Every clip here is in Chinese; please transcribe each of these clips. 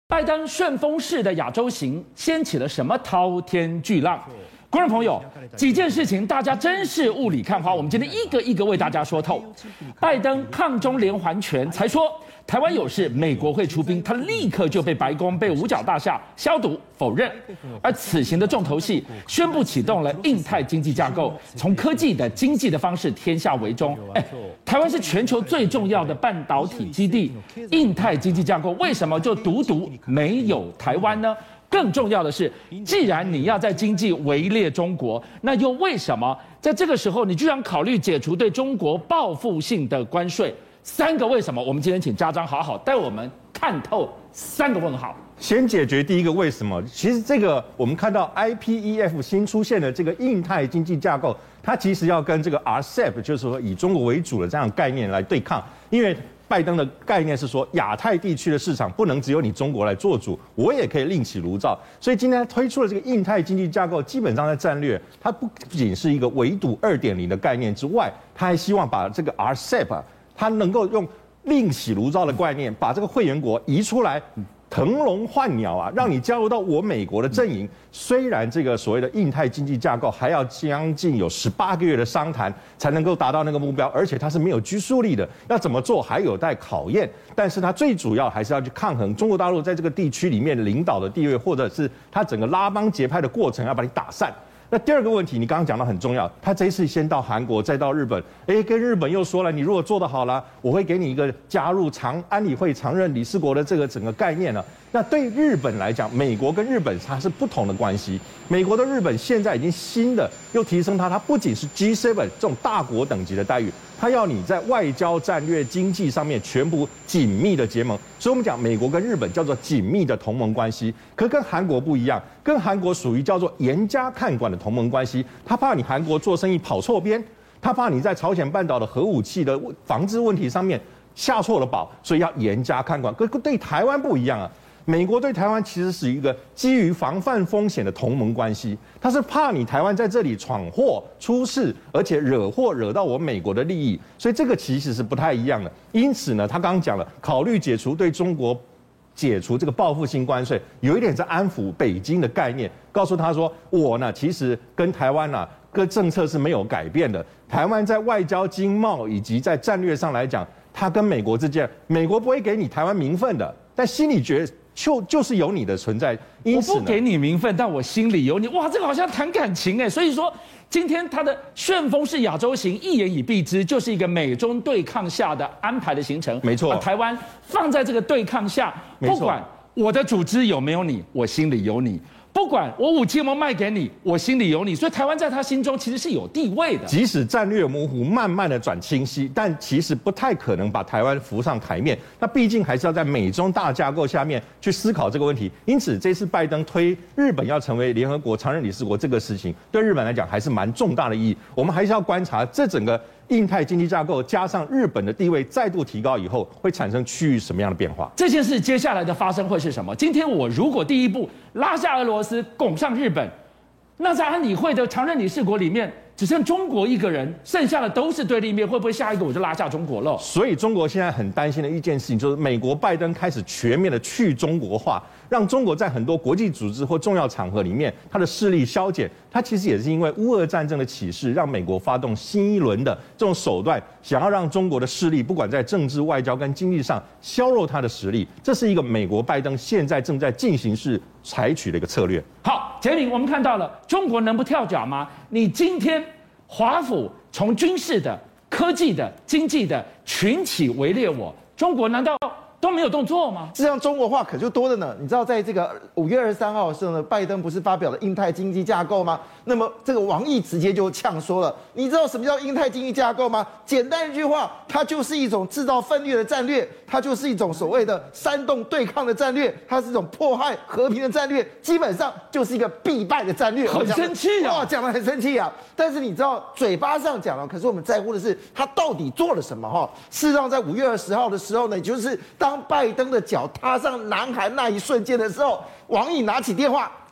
拜登旋风式的亚洲行掀起了什么滔天巨浪？观众朋友，几件事情大家真是雾里看花，我们今天一个一个为大家说透。拜登抗中连环拳才说台湾有事，美国会出兵，他立刻就被白宫、被五角大厦消毒否认。而此行的重头戏，宣布启动了印太经济架构，从科技的、经济的方式天下为中。台湾是全球最重要的半导体基地，印太经济架构为什么就独没有台湾呢？更重要的是，既然你要在经济围猎中国，那又为什么在这个时候你居然考虑解除对中国报复性的关税？三个为什么？我们今天请家章好好带我们看透三个问号。 先解决第一个为什么？其实这个我们看到 IPEF 新出现的这个印太经济架构，它其实要跟这个 RCEP， 就是说以中国为主的这样概念来对抗，因为拜登的概念是说，亚太地区的市场不能只有你中国来做主，我也可以另起炉灶。所以今天推出了这个印太经济架构，基本上在战略，它不仅是一个围堵2.0的概念之外，它还希望把这个 RCEP， 它能够用另起炉灶的概念，把这个会员国移出来。腾笼换鸟啊，让你加入到我美国的阵营。虽然这个所谓的印太经济架构还要将近有18个月的商谈才能够达到那个目标，而且它是没有拘束力的，要怎么做还有待考验。但是它最主要还是要去抗衡中国大陆在这个地区里面领导的地位，或者是它整个拉帮结派的过程，要把你打散。那第二个问题，你刚刚讲到很重要，他这一次先到韩国，再到日本，跟日本又说了，你如果做得好了，我会给你一个加入安理会常任理事国的这个整个概念了。那对日本来讲，美国跟日本它是不同的关系。美国的日本现在已经新的又提升它不仅是 G7 这种大国等级的待遇，它要你在外交、战略、经济上面全部紧密的结盟。所以我们讲美国跟日本叫做紧密的同盟关系，可跟韩国不一样，跟韩国属于叫做严加看管的同盟关系。他怕你韩国做生意跑错边，他怕你在朝鲜半岛的核武器的防治问题上面下错了宝，所以要严加看管。跟对台湾不一样啊。美国对台湾其实是一个基于防范风险的同盟关系，他是怕你台湾在这里闯祸出事，而且惹祸惹到我美国的利益，所以这个其实是不太一样的。因此呢，他刚刚讲了，考虑对中国解除这个报复性关税，有一点在安抚北京的概念，告诉他说，我呢其实跟台湾跟政策是没有改变的，台湾在外交、经贸以及在战略上来讲，它跟美国之间，美国不会给你台湾名分的，但心里觉得。就是有你的存在，因此我不给你名分，但我心里有你。哇，这个好像谈感情哎。所以说，今天他的旋风式亚洲行一言以蔽之，就是一个美中对抗下的安排的行程。 没错， 把台湾放在这个对抗下，不管我的组织有没有你，我心里有你。不管我武器有没有卖给你，我心里有你，所以台湾在他心中其实是有地位的。 即使战略模糊慢慢的转清晰，但其实不太可能把台湾浮上台面。那毕竟还是要在美中大架构下面去思考这个问题。因此，这次拜登推日本要成为联合国常任理事国这个事情，对日本来讲还是蛮重大的意义。我们还是要观察这整个印太经济架构加上日本的地位再度提高以后，会产生区域什么样的变化？ 这件事接下来的发生会是什么？今天我如果第一步拉下俄罗斯，拱上日本，那在安理会的常任理事国里面，只剩中国一个人，剩下的都是对立面，会不会下一个我就拉下中国了？ 所以中国现在很担心的一件事情，就是美国拜登开始全面的去中国化，让中国在很多国际组织或重要场合里面，它的势力消减。它其实也是因为乌俄战争的启示，让美国发动新一轮的这种手段，想要让中国的势力，不管在政治、外交跟经济上削弱它的实力。这是一个美国拜登现在正在进行式采取的一个策略。 好，杰明，我们看到了中国能不跳脚吗？你今天华府从军事的、科技的、经济的群起围猎我，中国难道都没有动作吗？ 这样中国话可就多了呢。你知道，在这个5月23号的时候呢，拜登不是发表了印太经济架构吗？那么这个王毅直接就呛说了：“你知道什么叫印太经济架构吗？简单一句话，它就是一种制造分裂的战略，它就是一种所谓的煽动对抗的战略，它是一种迫害和平的战略，基本上就是一个必败的战略。” 很生气啊！ 讲得很生气啊！但是你知道，嘴巴上讲了，可是我们在乎的是他到底做了什么哈？事实上，在5月20号的时候呢，就是当拜登的脚踏上南韩那一瞬间的时候，王毅拿起电话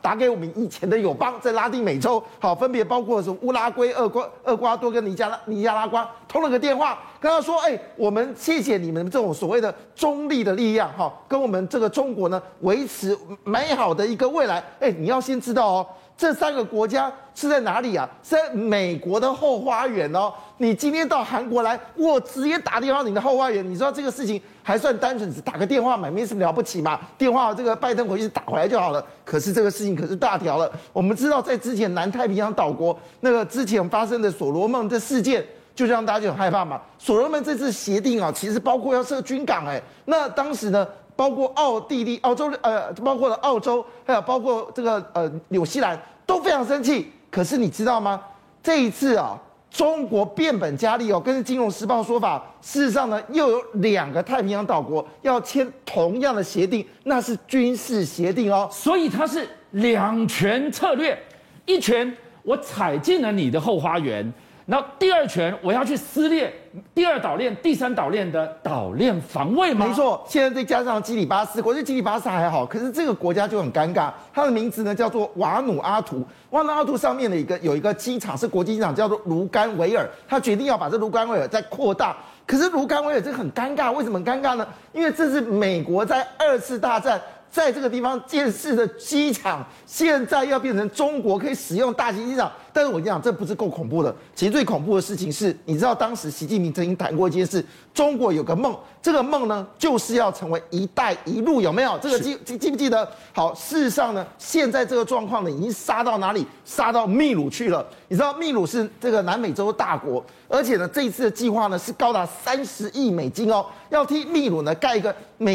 打给我们以前的友邦，在拉丁美洲，好，分别包括什么乌拉圭、厄瓜多跟尼加拉瓜，通了个电话，跟他说，我们谢谢你们这种所谓的中立的力量，哈，跟我们这个中国呢维持美好的一个未来。你要先知道哦。这3个国家是在哪里啊？是在美国的后花园哦。你今天到韩国来，我直接打电话你的后花园，你知道这个事情还算单纯，只打个电话嘛，没什么了不起嘛。电话这个拜登回去打回来就好了。可是这个事情可是大条了。我们知道，在之前南太平洋岛国那个之前发生的所罗门的事件，就让大家就很害怕嘛。所罗门这次协定啊，其实包括要设军港，那当时呢？包括澳洲，包括了澳洲，还有包括这个纽西兰都非常生气。可是你知道吗？这一次啊，中国变本加厉哦。根据《金融时报》说法，事实上呢，又有2个太平洋岛国要签同样的协定，那是军事协定哦。 所以它是2权策略，一拳我踩进了你的后花园。然后第2拳我要去撕裂第2岛链、第3岛链的岛链防卫吗？ 没错，现在再加上基里巴斯，我觉得基里巴斯还好，可是这个国家就很尴尬，它的名字呢叫做瓦努阿图。瓦努阿图上面的有一个机场是国际机场，叫做卢甘维尔，他决定要把这卢甘维尔再扩大。可是卢甘维尔这个很尴尬，为什么很尴尬呢？因为这是美国在2次大战在这个地方建设的机场，现在要变成中国可以使用大型机场。但是我跟你讲，这不是够恐怖的。其实最恐怖的事情是，你知道当时习近平曾经谈过一件事，中国有个梦，这个梦呢就是要成为“一带一路”，有没有？这个记不记得？好，事实上呢，现在这个状况呢，已经杀到哪里？杀到秘鲁去了。你知道秘鲁是这个南美洲大国，而且呢，这一次的计划呢是高达30亿美金哦，要替秘鲁呢盖一个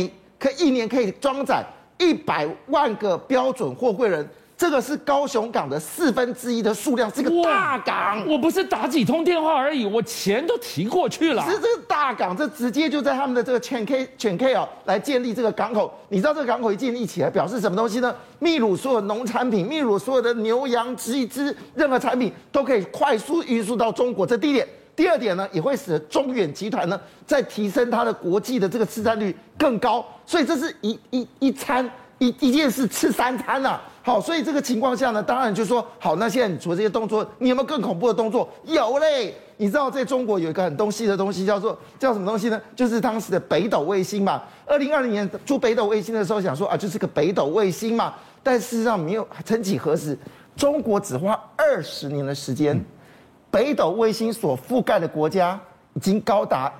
1年可以装载100万个标准货柜人。这个是高雄港的1/4的数量，是个大港。 我不是打几通电话而已，我钱都提过去了。 是这个大港，这直接就在他们的这个全 K 啊来建立这个港口。你知道这个港口一建立起来，表示什么东西呢？秘鲁所有农产品，秘鲁所有的牛羊鸡只，任何产品都可以快速运输到中国。这第一点。第2点呢，也会使得中远集团呢在提升它的国际的这个市占率更高。所以这是一件事吃3餐啊。好，所以这个情况下呢，当然就说好，那现在你除了这些动作，你有没有更恐怖的动作？有嘞！你知道在中国有一个很东西的东西叫什么东西呢？就是当时的北斗卫星嘛。2020年出北斗卫星的时候，想说啊，就是个北斗卫星嘛。但事实上没有，曾几何时，中国只花20年的时间，北斗卫星所覆盖的国家已经高达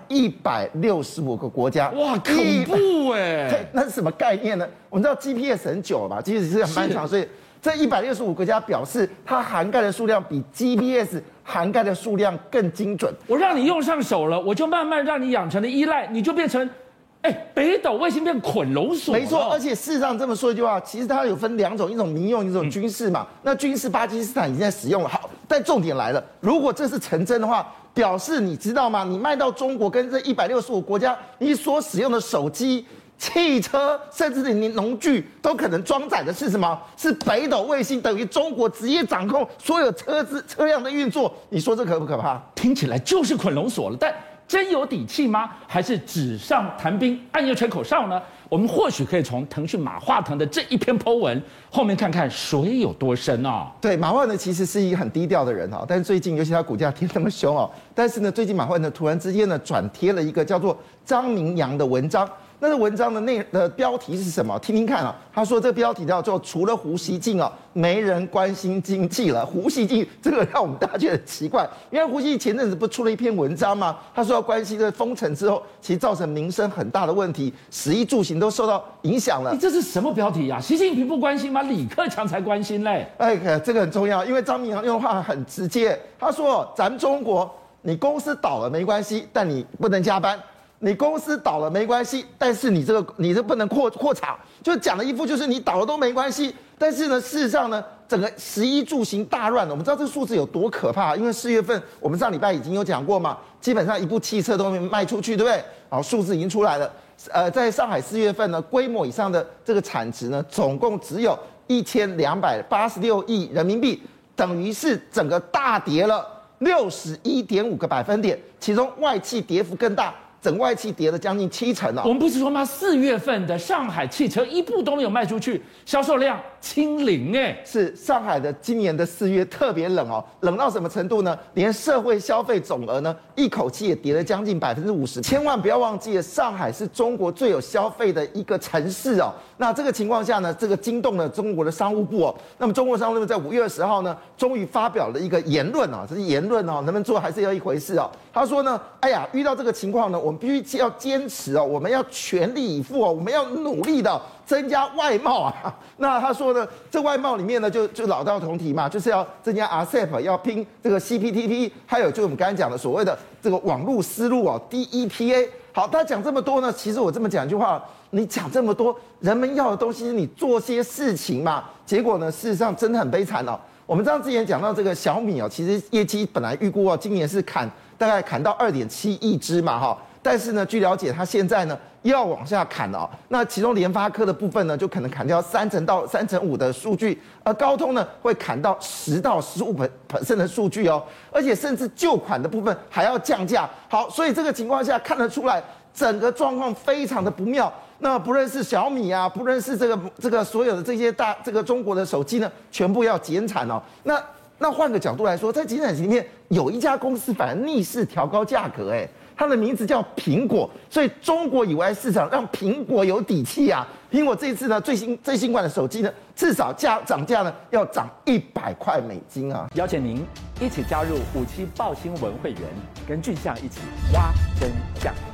165个国家。 哇，恐怖那是什么概念呢？我们知道 GPS 很久了吧， GPS 是很漫长，所以这165个国家表示它涵盖的数量比 GPS 涵盖的数量更精准。 我让你用上手了，我就慢慢让你养成了依赖，你就变成北斗卫星变捆龙锁。 没错，而且事实上这么说一句话，其实它有分2种，一种民用，一种军事嘛。那军事巴基斯坦已经在使用了。好，但重点来了，如果这是成真的话，表示你知道吗？你卖到中国跟这165国家，你所使用的手机、汽车，甚至你农具都可能装载的是什么？是北斗卫星，等于中国直接掌控所有车辆的运作。你说这可不可怕？ 听起来就是捆龙锁了，但真有底气吗？还是纸上谈兵、暗夜吹口哨呢？我们或许可以从腾讯马化腾的这一篇 po 文后面看看水有多深啊。 对，马化腾其实是一个很低调的人但是最近尤其他股价跌那么凶但是呢，最近马化腾突然之间呢转贴了一个叫做张明阳的文章。那个文章的标题是什么？听听看他说这个标题叫做"除了胡锡进没人关心经济了"。胡锡进这个让我们大家觉得很奇怪，因为胡锡进前阵子不出了一篇文章吗？他说要关心这个封城之后，其实造成民生很大的问题，食衣住行都受到影响了。 你这是什么标题呀？习近平不关心吗？李克强才关心嘞。 这个很重要，因为张明阳用的话很直接，他说咱们中国，你公司倒了没关系，但你不能加班。你公司倒了没关系，但是你这不能扩厂，就讲了一副就是你倒了都没关系。但是呢，事实上呢，整个食衣住行大乱了。我们知道这个数字有多可怕，因为4月份我们上礼拜已经有讲过嘛，基本上一部汽车都没卖出去，对不对？好，数字已经出来了。在上海4月份呢，规模以上的这个产值呢，总共只有1286亿人民币，等于是整个大跌了61.5个百分点，其中外企跌幅更大。整外企跌了将近70% 我们不是说吗？4月份的上海汽车一部都没有卖出去，销售量清零哎。 是上海的今年的4月特别冷哦，冷到什么程度呢？连社会消费总额呢，一口气也跌了将近50%。千万不要忘记了，上海是中国最有消费的一个城市哦。那这个情况下呢，这个惊动了中国的商务部哦。那么中国商务部在5月20号呢，终于发表了一个言论啊，这是言论哦，能不能做还是要一回事哦。他说呢，哎呀，遇到这个情况呢，我们必须要坚持哦，我们要全力以赴哦，我们要努力的增加外贸啊。那他说呢，这外贸里面呢，就老道同题嘛，就是要增加 RCEP， 要拼这个 CPTP， 还有就我们刚才讲的所谓的这个网络丝路哦 ，DEPA。好，他讲这么多呢，其实我这么讲一句话，你讲这么多，人们要的东西，你做些事情嘛。结果呢，事实上真的很悲惨哦。我们知道之前讲到这个小米哦，其实业绩本来预估哦，今年是大概砍到2.7亿只嘛哈。但是呢，据了解，它现在呢又要往下砍哦。那其中联发科的部分呢，就可能砍掉30%到5%的数据，而高通呢会砍到10%到15% 的数据哦，而且甚至旧款的部分还要降价。好，所以这个情况下看得出来，整个状况非常的不妙。那不论是小米啊，不论是这个所有的这些这个中国的手机呢，全部要减产哦。那换个角度来说，在减产期里面有一家公司反而逆势调高价格，它的名字叫苹果，所以中国以外市场让苹果有底气啊。苹果这一次呢，最新款的手机呢，至少涨价呢要涨$100啊。 邀请您一起加入57爆新闻会员，跟俊相一起挖真相。